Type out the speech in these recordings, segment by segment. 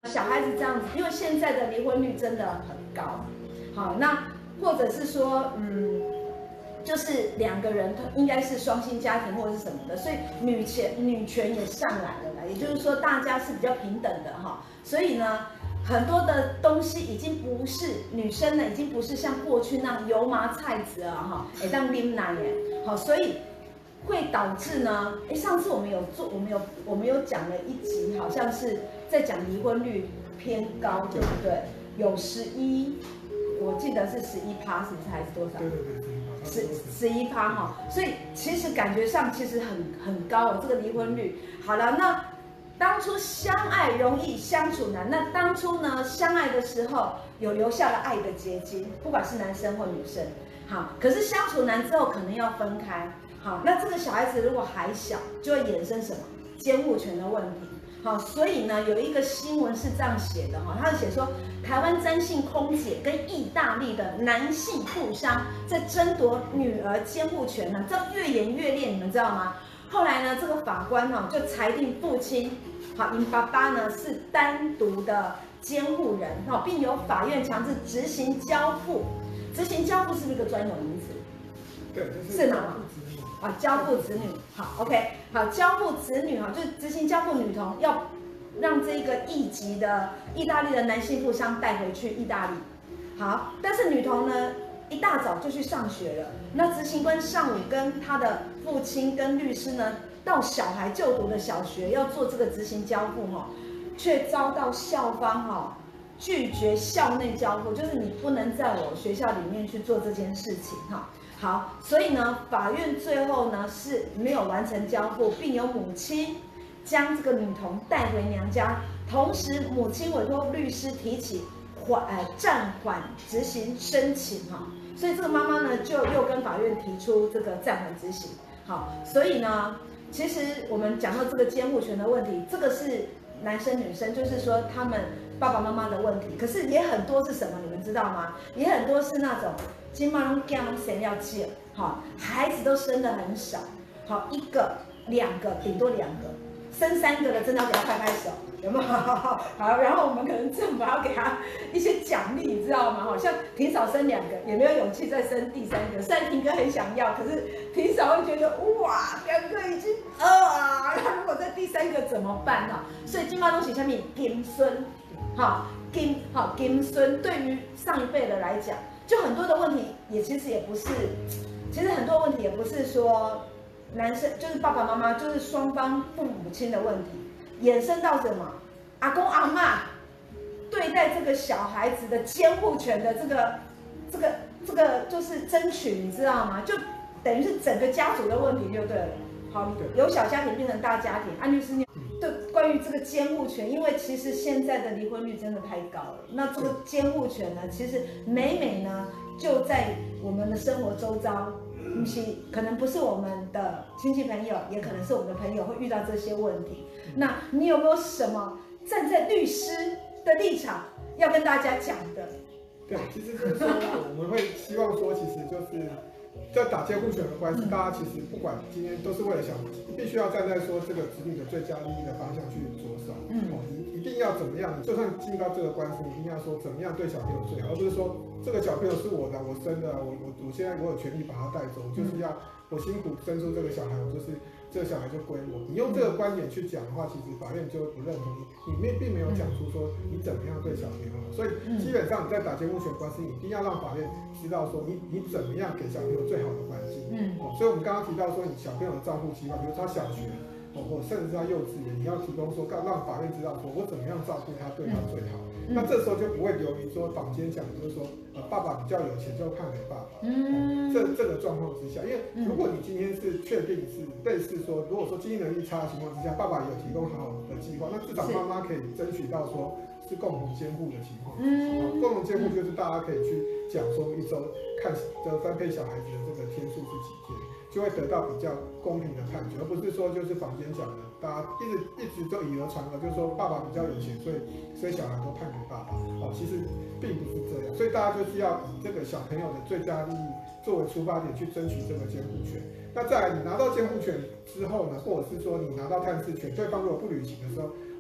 小孩子这样子，因为现在的离婚率真的很高。好，那或者是说，就是两个人应该是双薪家庭或者是什么的，所以女权也上来了啦，也就是说大家是比较平等的哈。所以呢，很多的东西已经不是女生呢，已经不是像过去那样油麻菜籽啊哈，当拎奶耶，好，所以会导致呢，上次我们有讲了一集，好像是在讲离婚率偏高，对不对？有11%，我记得是11%，是不是还是多少？ 对对对 ，11%哈，所以其实感觉上其实很高哦，这个离婚率。好了，那当初相爱容易相处难，那当初呢相爱的时候有留下了爱的结晶，不管是男生或女生。好，可是相处难之后可能要分开。好，那这个小孩子如果还小，就会衍生什么监护权的问题。好，所以呢，有一个新闻是这样写的哈，他是写说，台湾詹姓空姐跟意大利的男性富商在争夺女儿监护权呢，这越演越烈，你们知道吗？后来呢，这个法官呢就裁定父亲，好，因爸爸呢是单独的监护人，哈，并由法院强制执行交付。执行交付是不是一个专有名词？ 对， 是吗？啊，交付子女，好 ，OK， 好，交付子女哈，就是执行交付女童，要让这个异籍的意大利的男性富商带回去意大利。好，但是女童呢，一大早就去上学了。那执行官上午跟他的父亲跟律师呢，到小孩就读的小学要做这个执行交付哈，却遭到校方哈拒绝校内交付，就是你不能在我学校里面去做这件事情哈。好，所以呢，法院最后呢是没有完成交付，并由母亲将这个女童带回娘家，同时母亲委托律师提起暂缓执行申请哈，所以这个妈妈呢就又跟法院提出这个暂缓执行。好，所以呢，其实我们讲到这个监护权的问题，这个是男生女生，就是说他们爸爸妈妈的问题，可是也很多是什么，你们知道吗？也很多是那种金马龙家谁要借，好，孩子都生得很少，好，一个、两个，顶多2个，生3个的真的要给他拍拍手，有没有？好，然后我们可能政府要给他一些奖励，你知道吗？好像平嫂生2个，也没有勇气再生第3个。虽然平哥很想要，可是平嫂会觉得哇，2个已经那如果再第3个怎么办呢？所以金马东西下面金孙，金孙对于上一辈的来讲，就很多的问题也其实不是，其实很多问题也不是说男生就是爸爸妈妈就是双方父母亲的问题，衍生到什么阿公阿嬷对待这个小孩子的监护权的这个就是争取，你知道吗？就等于是整个家族的问题就对了。好，由小家庭变成大家庭。安律师，对关于这个监护权，因为其实现在的离婚率真的太高了。那这个监护权呢，其实每呢就在我们的生活周遭，可能不是我们的亲戚朋友，也可能是我们的朋友会遇到这些问题。那你有没有什么站在律师的立场要跟大家讲的？ 对，其实就是说我们会希望说，其实就是在打监护权的官司，大家其实不管今天都是为了想，必须要站在说这个子女的最佳利益的方向去着手。你一定要怎么样？就算进到这个官司，你一定要说怎么样对小朋友最好，而不是说这个小朋友是我的，我生的，我现在我有权利把他带走，就是要我辛苦生出这个小孩，我就是这个小孩就归我。你用这个观点去讲的话，其实法院就不认同你，并没有讲出说你怎么样对小朋友好。所以基本上你在打监护权官司，你一定要让法院知道说你怎么样给小朋友最好的环境。所以我们刚刚提到说你小朋友的照顾习惯，比如他小学。或甚至是他幼稚园，你要提供说让法院知道说我怎么样照顾他对他最好。那这时候就不会流于说坊间讲就是说爸爸比较有钱就判给爸爸。这个状况之下，因为如果你今天是确定是类似说，如果说经济能力差的情况之下，爸爸有提供好的计划，那至少妈妈可以争取到说是共同监护的情况。共同监护就是大家可以去讲说一周看分配小孩子的这个天数是几天。就会得到比较公平的判决，而不是说就是坊间讲的，大家一直就以讹传讹，就是说爸爸比较有钱，所以小孩都判给爸爸。其实并不是这样，所以大家就是要以这个小朋友的最佳利益作为出发点去争取这个监护权。那再来，你拿到监护权之后呢，或者是说你拿到探视权，对方如果不履行的时候，我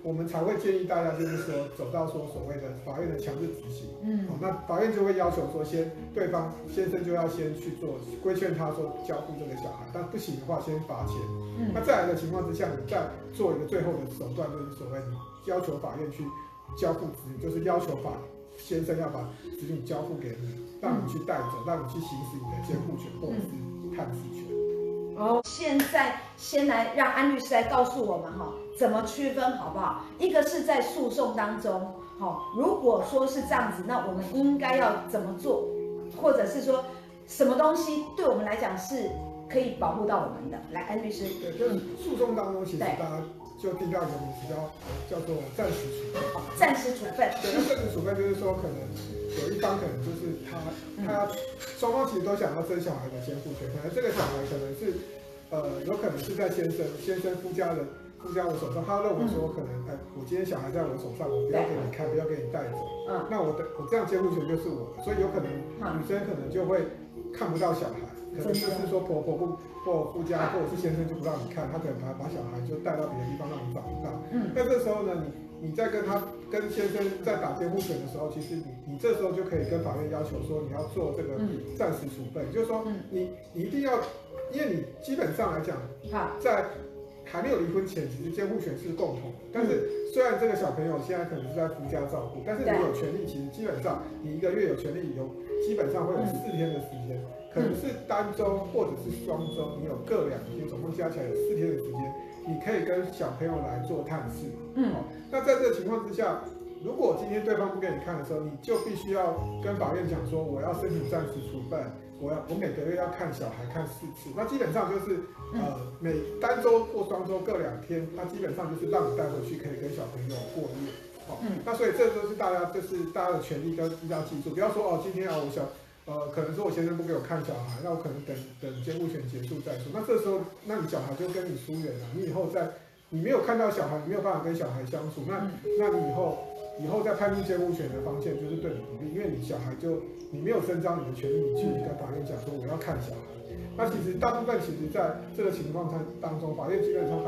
我们才会建议大家就是说走到说所谓的法院的强制执行。那法院就会要求说对方先生就要先去做规劝他说交付这个小孩，但不行的话先罚钱。那再来的情况之下，你再做一个最后的手段，就是所谓你要求法院去交付子女，就是要求先生要把子女交付给你，让你去带走，让你去行使你的监护权或者是探视权。 现在先来让安律师来告诉我们怎么区分好不好？一个是在诉讼当中，如果说是这样子，那我们应该要怎么做，或者是说什么东西对我们来讲是可以保护到我们的？来，安律师。 对，就是诉讼当中，其实大家就听到一个名词叫做暂时处分。 暂时处分。 对，那暂时处分就是说，可能有一方可能就是他双方其实都想要生小孩的监护权，可能这个小孩可能是有可能是在先生夫家的手上，他认为说可能我今天小孩在我手上，我不要给你看，不要给你带走，那我这样监护权就是我的，所以有可能女生可能就会看不到小孩，可能就是说婆或夫家或者是先生就不让你看，他可能把小孩就带到别的地方让你找不到。那这时候呢，你在跟先生在打监护权的时候，其实你这时候就可以跟法院要求说你要做这个暂时处分，就是说你一定要，因为你基本上来讲，在还没有离婚前，其实监护权是共同的。但是虽然这个小朋友现在可能是在夫家照顾，但是你有权利，其实基本上你一个月有权利基本上会有4天的时间，可能是单周或者是双周，你有各2天，总共加起来有4天的时间，你可以跟小朋友来做探视。那在这个情况之下，如果今天对方不给你看的时候，你就必须要跟法院讲说，我要申请暂时处分，我每个月要看小孩看4次，那基本上就是每单周或双周各2天，那基本上就是让你带回去可以跟小朋友过夜。那所以这都是大家的权利跟要记住，不要说今天可能说我先生不给我看小孩，那我可能等监护权结束再说。那这时候，那你小孩就跟你疏远了，你以后你没有看到小孩，你没有办法跟小孩相处，那你以后在判定监护权的方向就是对你不利，因为你小孩你没有伸张你的权利，你去跟法院讲说我要看小孩。那其实大部分在这个情况当中，法院基本上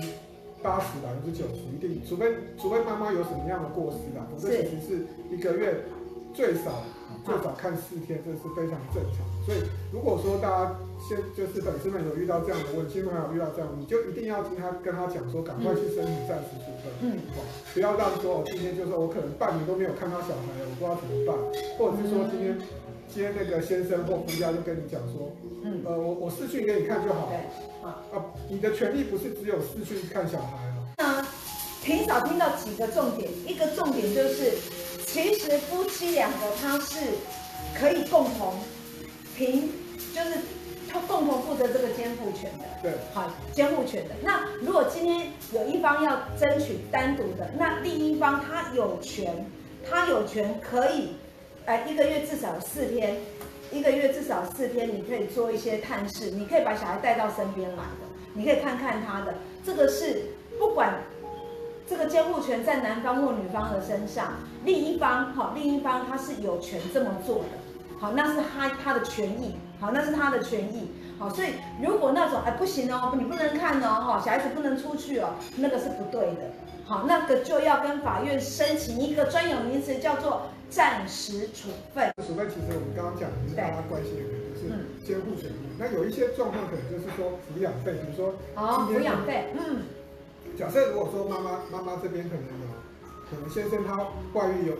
80%、90%一定，除非妈妈有什么样的过失否则其实是一个月最少看4天，这是非常正常。所以如果说大家就是粉丝们有遇到这样的问题，亲朋好友遇到这样，你就一定要跟他讲说，赶快去申请暂时处分，不要让说今天就说我可能半年都没有看到小孩了，我不知道怎么办，或者是说今天那个先生或夫家就跟你讲说，我视讯给你看就好了，你的权利不是只有视讯看小孩平少听到几个重点，一个重点就是，其实夫妻2个他是可以共同就是他共同负责这个监护权的， 对， 监护权的。那如果今天有一方要争取单独的，那另一方他有权可以，一个月至少4天，你可以做一些探视，你可以把小孩带到身边来的，你可以看看他的，这个是不管这个监护权在男方或女方的身上，另一方他是有权这么做的，那是他的权益，那是他的权益，所以如果那种不行你不能看小孩子不能出去那个是不对的，那个就要跟法院申请一个专有名词叫做暂时处分。 处分其实我们刚刚讲的就是大家关心的，就是监护权益。那有一些状况可能就是说抚养费，比如说抚养费， 假设如果说妈妈这边可能先生他外面有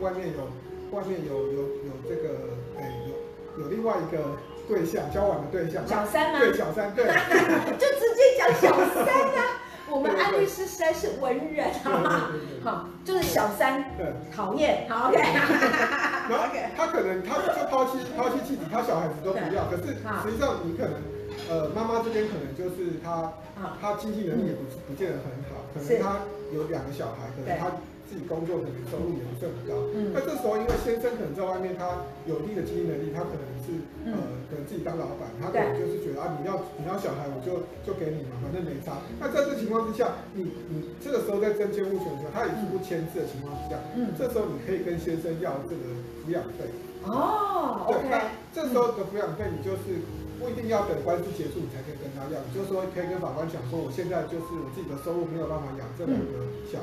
这个有另外一个对象交往的对象， 小三吗？ 对，小三，对， 就直接讲小三啊。我们安律师实在是文人，就是小三，讨厌，好 OK。 然后他就抛弃妻子，他小孩子都不要，可是实际上你可能妈妈这边可能就是他经济能力也不见得很好，可能他有2个小孩，可能他自己工作可能收入也不是很高。那这时候因为先生可能在外面他有一定的经济能力，他可能是可能自己当老板，他可能就是觉得你要小孩我就给你嘛，反正没差。那在这情况之下，你这个时候在争监护权的时候，他也是不签字的情况之下，这时候你可以跟先生要这个抚养费。 OK。 那这时候的抚养费你就是不一定要等官司结束你才可以跟他要，你就是说可以跟法官讲说，我现在就是我自己的收入没有办法养这2个小孩。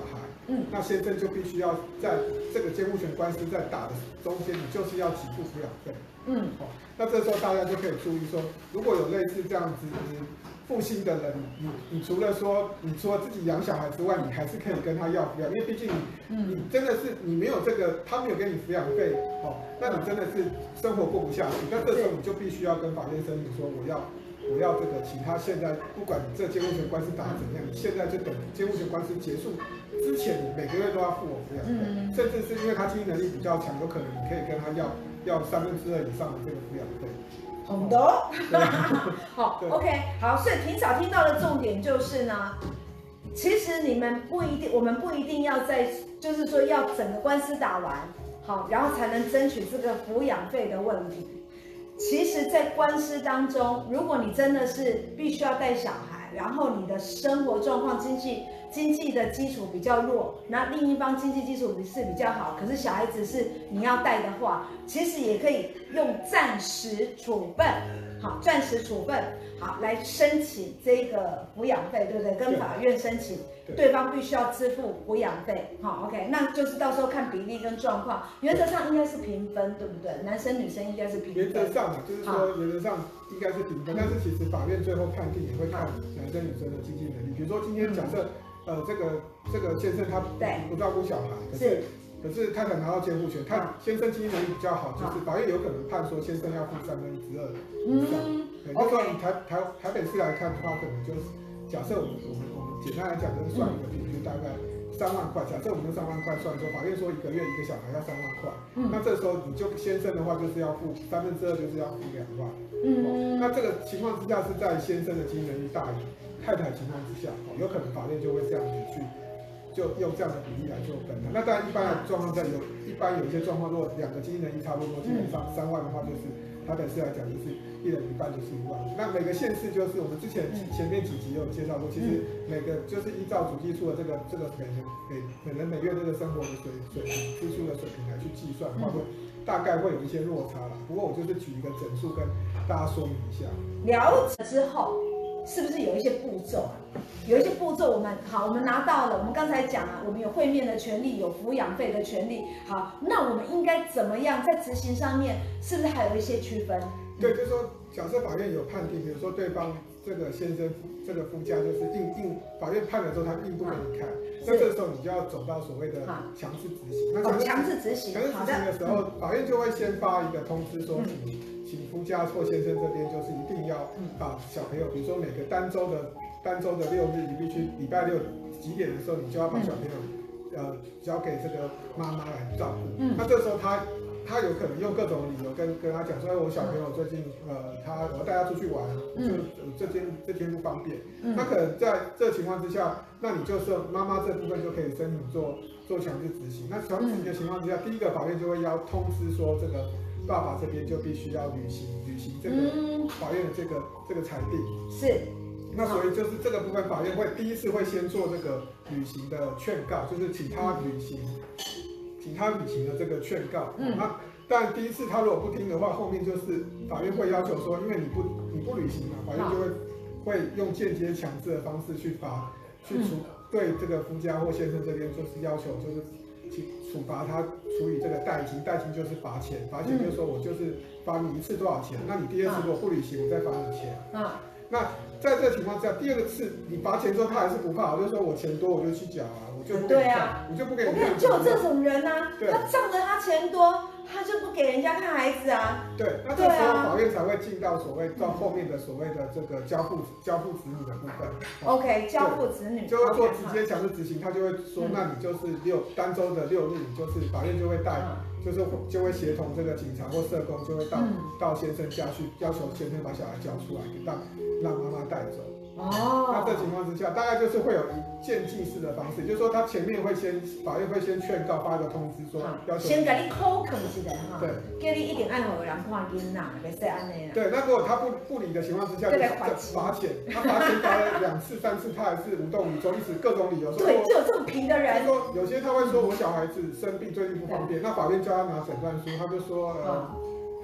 那先生就必须要在这个监护权官司在打的中间，你就是要给付抚养费。那这时候大家就可以注意说，如果有类似这样子负心的人，你除了自己养小孩之外，你还是可以跟他要抚养，因为毕竟你真的是你没有这个，他没有给你抚养费，那你真的是生活过不下去。那这时候你就必须要跟法院申请说，我要这个请他现在不管你这监护权官司打得怎样，你现在就等监护权官司结束之前，你每个月都要付我抚养费，甚至是因为他经济能力比较强，有可能你可以跟他要2/3以上的这个抚养费。 好的，好 ，OK， 好，所以平嫂听到的重点就是呢，其实我们不一定要就是说要整个官司打完，好，然后才能争取这个抚养费的问题。其实，在官司当中，如果你真的是必须要带小孩，然后你的生活状况、经济的基础比较弱，那另一方经济基础是比较好，可是小孩子是你要带的话，其实也可以用暂时处分，好，暂时处分，好，来申请这个抚养费，对不对？跟法院申请，对方必须要支付抚养费，好 ，OK， 那就是到时候看比例跟状况，原则上应该是平分，对不对？男生女生应该是平分。 原则上就是说原则上应该是平分，但是其实法院最后判定也会看男生女生的经济能力。比如说今天假设这个先生他不照顾小孩，可是太太拿到监护权，他先生经济能力比较好，就是法院有可能判说先生要付2/3以上。对，就说以台北市来看的话，可能就是假设我们简单来讲就是算一个平均大概3万块，假设我们用3万块算说，法院说一个月一个小孩要3万块，那这时候你就先生的话就是要付2/3，就是要付2万。那这个情况之下是在先生的经济能力大于太太情况之下，有可能法院就会这样子就用这样的比例来做分摊。那当然一般的状况有一些状况，如果2个经济能力差不多，基本上3万的话，就是台北市来讲就是1人1半就是1万。那每个县市就是我们之前前面几集有介绍过，其实每个就是依照主计处的这个每人每月这个生活的水平支出的水平来去计算的话，大概会有一些落差啦。不过我就是举一个整数跟大家说明一下。 了解之后，是不是有一些步骤啊？有一些步骤我们拿到了，我们刚才讲了，我们有会面的权利，有抚养费的权利。好，那我们应该怎么样在执行上面，是不是还有一些区分？ 对，就是说，假设法院有判定，比如说对方这个先生这个夫家就是法院判了之后他硬不给你看，那这时候你就要走到所谓的强制执行。那强制执行的时候，法院就会先发一个通知说，请夫家或先生这边就是一定要把小朋友，比如说每个单周的6日，你必须礼拜6几点的时候，你就要把小朋友交给这个妈妈来照顾。那这时候他有可能用各种理由跟他讲说，我小朋友最近我要带他出去玩，就这天不方便。那可能在这情况之下，那你就是妈妈这部分就可以申请做强制执行。那强制执行的情况之下，第一个法院就会通知说，这个爸爸这边就必须要履行这个法院的这个裁定。是。那所以就是这个部分，法院会第一次会先做这个履行的劝告，就是请他履行的这个劝告。那但第一次他如果不听的话，后面就是法院会要求说，因为你不履行嘛，法院就会用间接强制的方式去对这个夫家或先生这边就是要求就是处罚他处理这个代金就是罚钱就是说我就是罚你一次多少钱，那你第二次如果不履行，我再罚你钱。那在这个情况之下，第二个次你罚钱之后，他还是不怕，我就说我钱多我就去缴啊，我就不给你看，我就不给你看。 就有这种人啊，他仗着他钱多，他就不给人家看孩子啊。 对，那这时候法院才会进到到后面的所谓的这个交付子女的部分。 OK， 交付子女， 就会做直接强制执行，他就会说，那你就是单周的6日，你就是法院就会就会协同这个警察或社工，就会到先生家去，要求先生把小孩交出来，让妈妈带走。那这情况之下，大概就是会有渐进式的方式，就是说他前面法院会先劝告，发一个通知说，要求先给你口肯一下哈， 对， 叫你一定爱好人看囡仔，袂使安尼啦。 对，那如果他不理的情况之下，就罚钱，他罚钱罚了2次3次，他还是无动于衷，一直各种理由说。 对，就有这么皮的人。 他说有些他会说我小孩子生病最近不方便，那法院叫他拿诊断书，他就说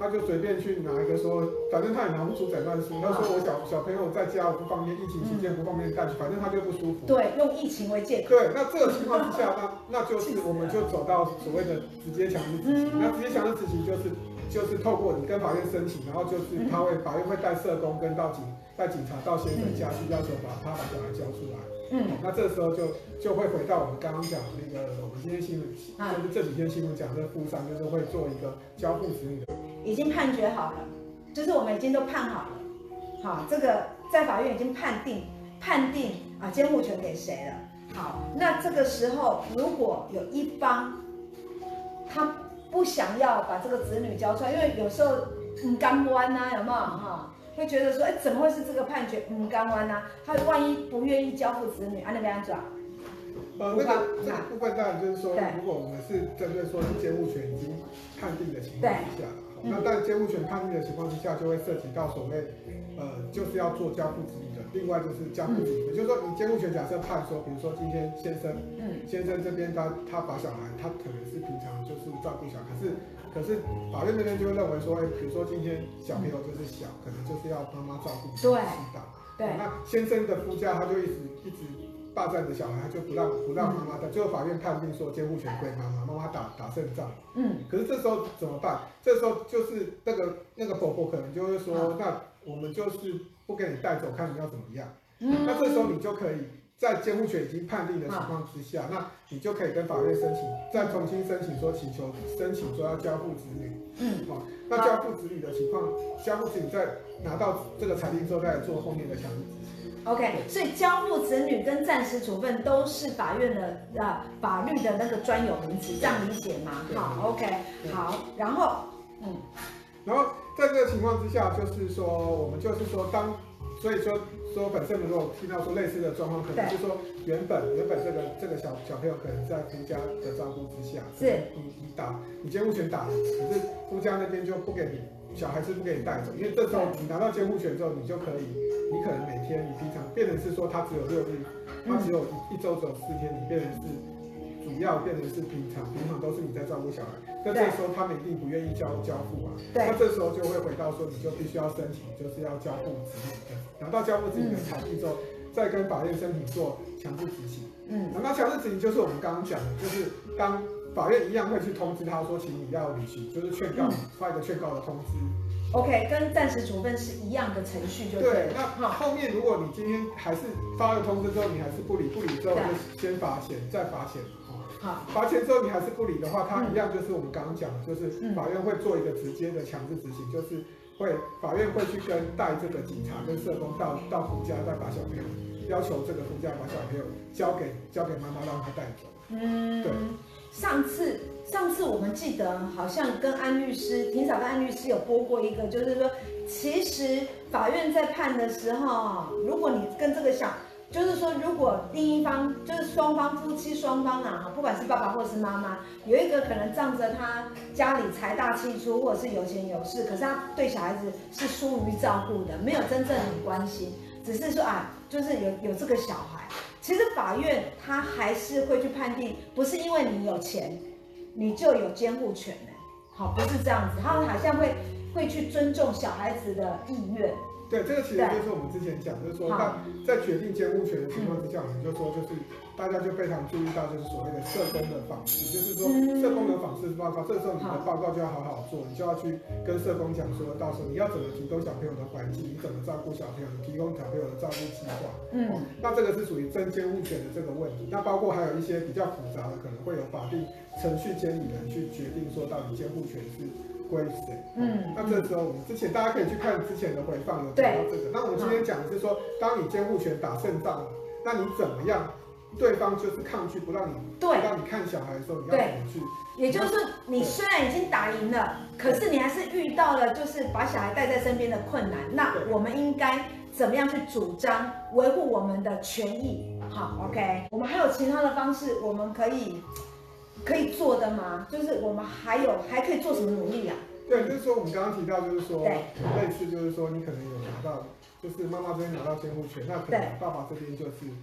他就随便去拿一个说，反正他也拿不出诊断书。他说我小朋友在家我不方便，疫情期间不方便带去，反正他就不舒服。 对，用疫情为借口。 对，那这个情况之下，那就是我们就走到所谓的直接强制执行。那直接强制执行就是透过你跟法院申请，然后就是法院会带社工跟带警察到先生家去，要求把小孩交出来。那这时候就会回到我们刚刚讲的那个，我们今天新闻就是这几天新闻讲的附上，就是会做一个交付子女的。 已经判决好了，就是我们已经都判好了，好，这个在法院已经判定啊监护权给谁了。好，那这个时候如果有一方他不想要把这个子女交出来，因为有时候干弯呐，有没有哈？会觉得说，哎，怎么会是这个判决干弯呐？他万一不愿意交付子女，那边安怎？ 这个部分当然就是说，如果我们是针对说是监护权已经判定的情况之下，那但监护权判定的情况之下，就会涉及到所谓就是要做交付子女的，另外就是交付子女，就是说你监护权假设判说，比如说今天先生这边他把小孩，他可能是平常就是照顾小孩，可是法院那边就会认为说，比如说今天小朋友就是小，可能就是要妈妈照顾， 对， 那先生的夫家他就一直霸占着小孩，他就不让妈妈带，最后法院判定说监护权归妈妈，妈妈打胜仗。可是这时候怎么办？这时候就是那个婆婆可能就会说，那我们就是不给你带走，看你要怎么样。那这时候你就可以在监护权已经判定的情况之下，那你就可以跟法院申请，再重新申请说申请说要交付子女。那交付子女的情况，交付子女再拿到这个裁定之后，再来做后面的强制执行。 OK， 所以交付子女跟暂时处分都是法院的法律的那个专有名词，这样理解吗？好 ，OK， 好，然后在这个情况之下，就是说我们就是说所以说本身如果听到说类似的状况，可能就是说原本这个小朋友可能在夫家的照顾之下， 是你监护权打了，可是夫家那边就不给你小孩是不给你带走，因为这时候你拿到监护权之后，你就可以。你可能每天你平常变成是说他只有6日，他只有一周只有4天，你变成是主要变成是平常都是你在照顾小孩，那这时候他们一定不愿意交付啊，那这时候就会回到说你就必须要申请，就是要交付子女的，拿到交付子女的裁定之后，再跟法院申请做强制执行。那强制执行就是我们刚刚讲的，就是当法院一样会去通知他说，请你要履行，就是劝告，发一个劝告的通知。 OK， 跟暂时处分是一样的程序就对。 那后面如果你今天还是发了通知之后，你还是不理之后，就先罚钱，再罚钱。罚钱之后你还是不理的话，它一样就是我们刚刚讲的，就是法院会做一个直接的强制执行，就是法院会去带这个警察跟社工到夫家，再把小朋友要求这个夫家把小朋友交给妈妈让他带走。对。 上次我们记得好像跟庭嫂跟安律师有播过一个，就是说，其实法院在判的时候，如果你跟这个就是说，如果另一方就是夫妻双方啊，不管是爸爸或是妈妈，有一个可能仗着他家里财大气粗，或者是有钱有势，可是他对小孩子是疏于照顾的，没有真正很关心，只是说就是有这个小孩。其实法院他还是会去判定，不是因为你有钱，你就有监护权的，好，不是这样子，他好像会去尊重小孩子的意愿。 对，这个其实就是我们之前讲，就是说在决定监护权的情况之下，我们就说就是大家就非常注意到就是所谓的社工的访视，就是说社工的访视报告，这时候你的报告就要好好做，你就要去跟社工讲说，到时候你要怎么提供小朋友的环境，你怎么照顾小朋友，你提供小朋友的照顾计划。那这个是属于真监护权的这个问题。那包括还有一些比较复杂的，可能会有法定程序监理人去决定说到底监护权是归谁？那这时候我们大家可以去看之前的回放，有讲到这个。那我们今天讲的是说，当你监护权打胜仗，那你怎么样？对方就是抗拒不让你看小孩的时候，你要怎么去？ 也就是说，你虽然已经打赢了，可是你还是遇到了就是把小孩带在身边的困难。那我们应该怎么样去主张维护我们的权益？好 ，OK， 我们还有其他的方式，我们可以做的吗？就是我们还可以做什么努力啊？ 对，就是说我们刚刚提到，就是说类似，就是说你可能有拿到，就是妈妈这边拿到监护权，那可能爸爸这边就是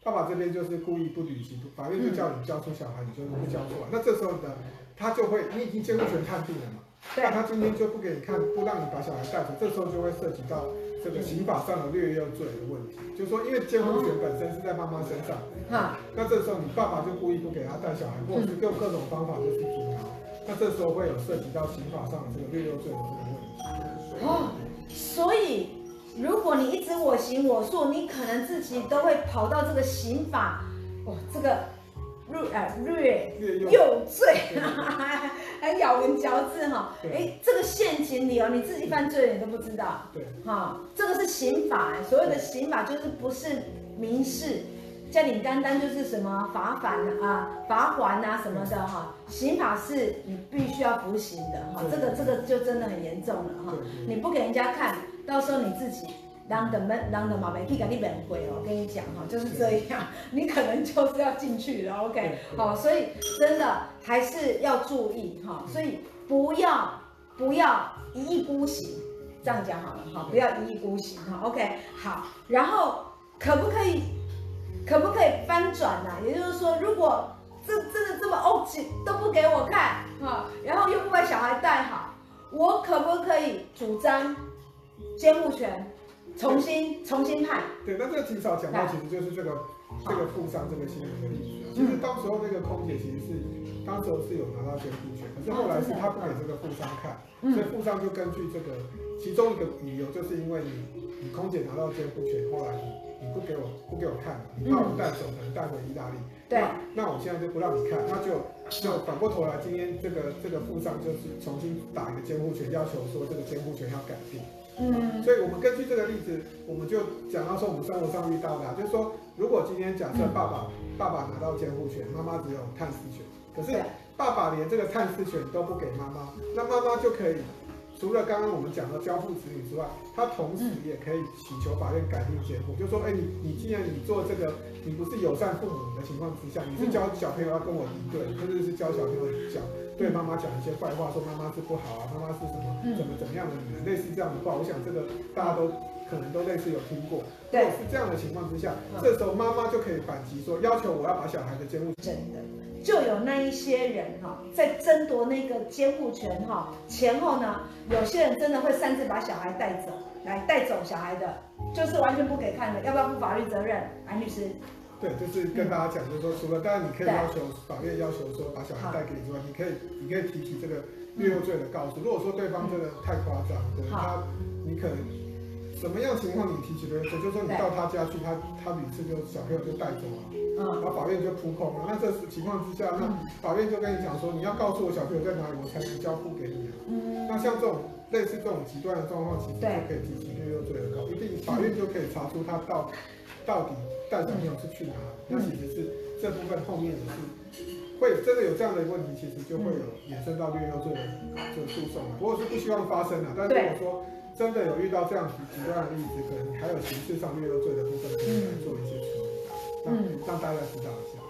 爸爸这边就是故意不履行，法院就叫你交出小孩，你就不交出来。那这时候呢，他就会，你已经监护权判定了嘛，那他今天就不给你看，不让你把小孩带走，这时候就会涉及到这个刑法上的掠幼罪的问题，就是说，因为监护权本身是在妈妈身上，那这时候你爸爸就故意不给他带小孩，或者是用各种方法就是阻挠，那这时候会有涉及到刑法上的这个掠幼罪的这个问题。 所以如果你一直我行我素，你可能自己都会跑到这个刑法，这个掠幼罪，还咬文嚼字哈，这个陷阱里你自己犯罪了你都不知道， 对， 这个是刑法，所谓的刑法就是不是民事，家里单单就是什么罚款啊什么的哈，刑法是你必须要服刑的哈，这个就真的很严重了哈，你不给人家看，到时候你自己。让的马没去给你免回我跟你讲哈，就是这样，你可能就是要进去了 ，OK， 好，所以真的还是要注意哈，所以不要一意孤行，这样讲好了哈，不要一意孤行哈 ，OK， 好，然后可不可以翻转呢？也就是说，如果真的这么都不给我看哈，然后又不把小孩带好，我可不可以主张监护权？重新判。 对，那这个提早讲到，其实就是这个富商这个新闻的例子啊。其实当时候那个空姐其实是当时候是有拿到监护权，可是后来是他不给这个富商看，所以富商就根据这个其中一个理由，就是因为你空姐拿到监护权，后来你不给我看，你把我带走，可能带回意大利。 对。那我现在就不让你看，那就反过头来，今天这个富商就是重新打一个监护权，要求说这个监护权要改变。所以我们根据这个例子，我们就讲到说我们生活上遇到的，就是说，如果今天假设爸爸拿到监护权，妈妈只有探视权，可是爸爸连这个探视权都不给妈妈，那妈妈就可以除了刚刚我们讲的交付子女之外，他同时也可以祈求法院改定监护，就说，你既然你做这个，你不是友善父母的情况之下，你是教小朋友要跟我敌对，甚至是教小朋友对妈妈讲一些坏话，说妈妈是不好啊，妈妈是什么怎么样的女人，类似这样的话，我想这个大家都可能都类似有听过。如果是这样的情况之下，这时候妈妈就可以反击说，要求我要把小孩的监护权。 真的就有那一些人在争夺那个监护权前后呢，有些人真的会擅自把小孩带走小孩的，就是完全不给看的，要不要负法律责任？安律师。 对，就是跟大家讲，就是说，除了当然你可以要求法院要求说把小孩带给你之外，你可以提起这个掠幼罪的告诉。如果说对方真的太夸张，你可能什么样情况你提起掠幼罪，就是说你到他家去，他屡次就小朋友就带走了，然后法院就扑空了。那这情况之下，那法院就跟你讲说，你要告诉我小朋友在哪里，我才能交付给你啊。那像这种类似这种极端的状况，其实就可以提起掠幼罪的告，一定法院就可以查出他到底带小朋友是去哪里。那其实是这部分后面也是会真的有这样的问题，其实就会有衍生到掠幼罪的这个诉讼了。不过是不希望发生的，但是如果说真的有遇到这样极端的例子，可能还有刑事上掠幼罪的部分可以来做一些处理，让大家知道一下。